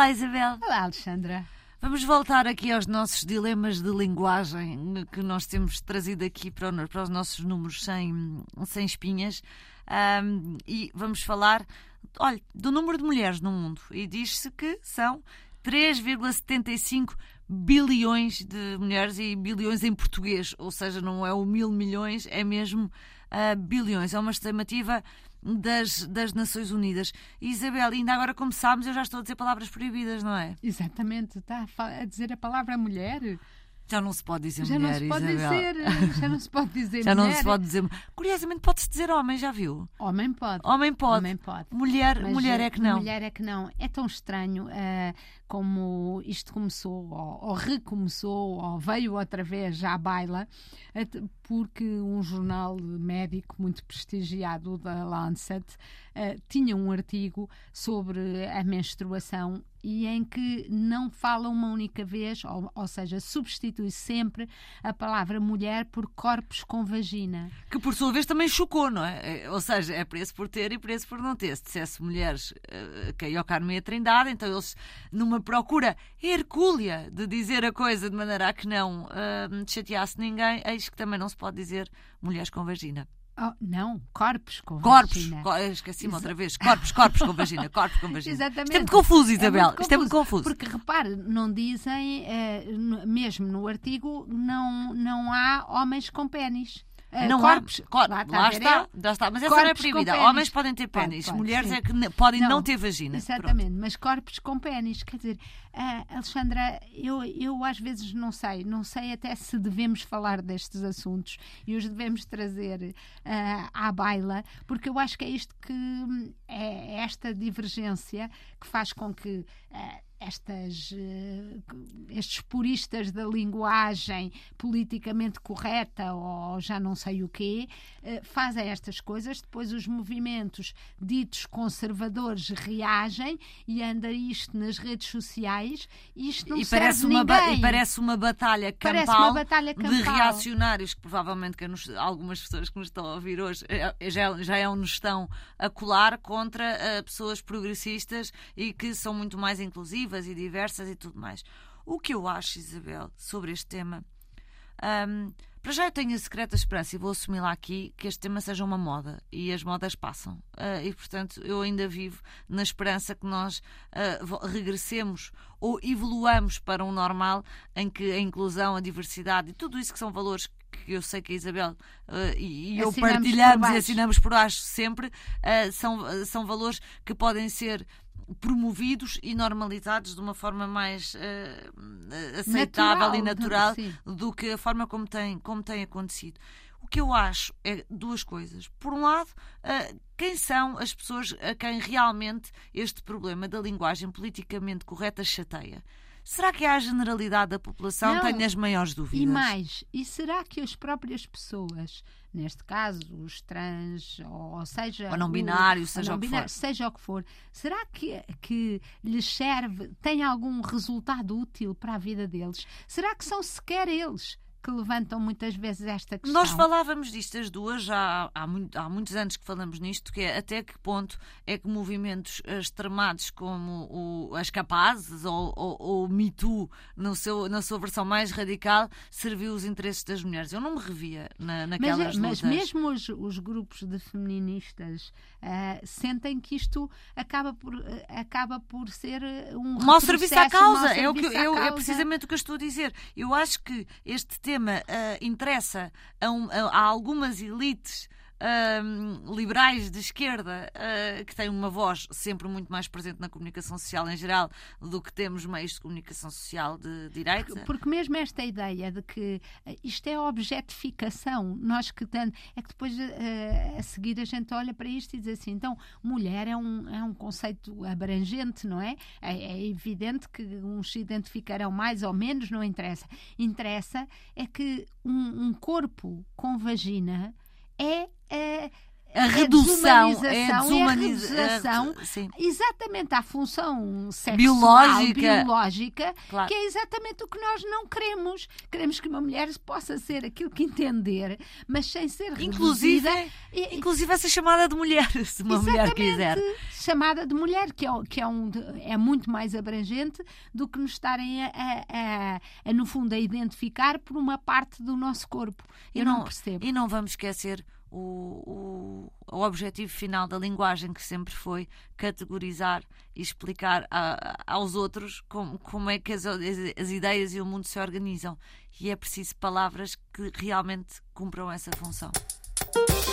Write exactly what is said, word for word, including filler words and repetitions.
Olá, Isabel. Olá, Alexandra. Vamos voltar aqui aos nossos dilemas de linguagem que nós temos trazido aqui para, o, para os nossos números sem, sem espinhas. Um, e vamos falar, olha, do número de mulheres no mundo. E diz-se que são três vírgula setenta e cinco bilhões de mulheres, e bilhões em português, ou seja, não é o mil milhões, é mesmo uh, bilhões. É uma estimativa das, das Nações Unidas. E, Isabel, ainda agora, como sabes, eu já estou a dizer palavras proibidas, não é? Exatamente, está a dizer a palavra mulher. Já não se pode dizer já mulher, não se pode Isabel. dizer, já não se pode dizer já mulher. não se pode dizer. Curiosamente, pode-se dizer homem, já viu? Homem pode. Homem pode. Homem pode. Mulher, Mas, mulher é que não. Mulher é que não. É tão estranho uh, como isto começou, ou, ou recomeçou, ou veio outra vez à baila, porque um jornal médico muito prestigiado, o da Lancet, uh, tinha um artigo sobre a menstruação e em que não fala uma única vez, ou, ou seja, substitui sempre a palavra mulher por corpos com vagina. Que por sua vez também chocou, não é? Ou seja, é preço por ter e preço por não ter. Se dissesse mulheres, uh, caiu ao Carmo e a Trindade, então eles, numa procura hercúlea de dizer a coisa de maneira a que não uh, chateasse ninguém, eis que também não se pode dizer mulheres com vagina. Oh, não, corpos com corpos, vagina. Corpos, esqueci-me outra vez. Corpos, corpos com vagina, corpos com vagina. Exatamente. Isto é muito confuso, Isabel. É muito Isto é muito confuso. Porque, repare, não dizem, eh, mesmo no artigo, não, não há homens com pénis. Uh, não corpos, há, cor, lá está, lá, está, lá está, mas essa não é proibida. Homens podem ter pénis, mulheres é que n- podem não, não ter vagina. Exatamente, Pronto. Mas corpos com pénis, quer dizer, uh, Alexandra, eu, eu às vezes não sei, não sei até se devemos falar destes assuntos e os devemos trazer uh, à baila, porque eu acho que é isto que é esta divergência que faz com que uh, Estas, uh, estes puristas da linguagem politicamente correta ou já não sei o quê, uh, fazem estas coisas, depois os movimentos ditos conservadores reagem e anda isto nas redes sociais e isto não e serve parece uma ninguém. E parece uma batalha campal, parece uma batalha campal de reacionários que provavelmente que nos, algumas pessoas que nos estão a ouvir hoje já, já é nos estão a colar contra uh, pessoas progressistas e que são muito mais inclusivas e diversas e tudo mais. O que eu acho, Isabel, sobre este tema, um, para já eu tenho a secreta esperança, e vou assumir lá aqui, que este tema seja uma moda, e as modas passam. Uh, e, portanto, eu ainda vivo na esperança que nós uh, regressemos ou evoluamos para um normal em que a inclusão, a diversidade e tudo isso que são valores que eu sei que a Isabel uh, e, e eu partilhamos e assinamos por baixo sempre, uh, são, uh, são valores que podem ser promovidos e normalizados de uma forma mais uh, aceitável natural, e natural sim. do que a forma como tem, como tem acontecido. O que eu acho é duas coisas. Por um lado, uh, quem são as pessoas a quem realmente este problema da linguagem politicamente correta chateia? Será que a generalidade da população não, tem as maiores dúvidas? E mais, e será que as próprias pessoas, neste caso os trans, ou seja... Ou não binários, seja não o que binário, for. Seja o que for. Será que, que lhes serve, tem algum resultado útil para a vida deles? Será que são sequer eles que levantam muitas vezes esta questão? Nós falávamos disto as duas, já há, há, muito, há muitos anos que falamos nisto, que é até que ponto é que movimentos extremados como o, as Capazes ou, ou, ou Me Too, no seu, na sua versão mais radical, serviu os interesses das mulheres. Eu não me revia na, naquelas mas, lutas. Mas mesmo os, os grupos de feministas uh, sentem que isto acaba por, uh, acaba por ser um mau serviço à causa. É, o que, eu, é precisamente o que eu estou a dizer. Eu acho que este tema tema uh, interessa a, um, a, a algumas elites uh, liberais de esquerda uh, que têm uma voz sempre muito mais presente na comunicação social em geral do que temos meios de comunicação social de direita. Porque, porque mesmo esta ideia de que isto é objetificação, nós que tanto, é que depois uh, a seguir a gente olha para isto e diz assim, então mulher é um, é um conceito abrangente, não é? É, é evidente que uns se identificarão mais ou menos, não interessa. Interessa é que um, um corpo com vagina é, é a redução, é a desumanização, exatamente à função sexual, biológica, biológica claro. Que é exatamente o que nós não queremos. Queremos que uma mulher possa ser aquilo que entender, mas sem ser inclusive, reduzida. Inclusive essa chamada de mulher, se uma mulher quiser. Chamada de mulher, que, é, que é, um, é muito mais abrangente do que nos estarem a, a, a, a, no fundo, a identificar por uma parte do nosso corpo. Eu e não, não percebo. E não vamos esquecer o, o, o objetivo final da linguagem, que sempre foi categorizar e explicar a, aos outros como, como é que as, as ideias e o mundo se organizam. E é preciso palavras que realmente cumpram essa função.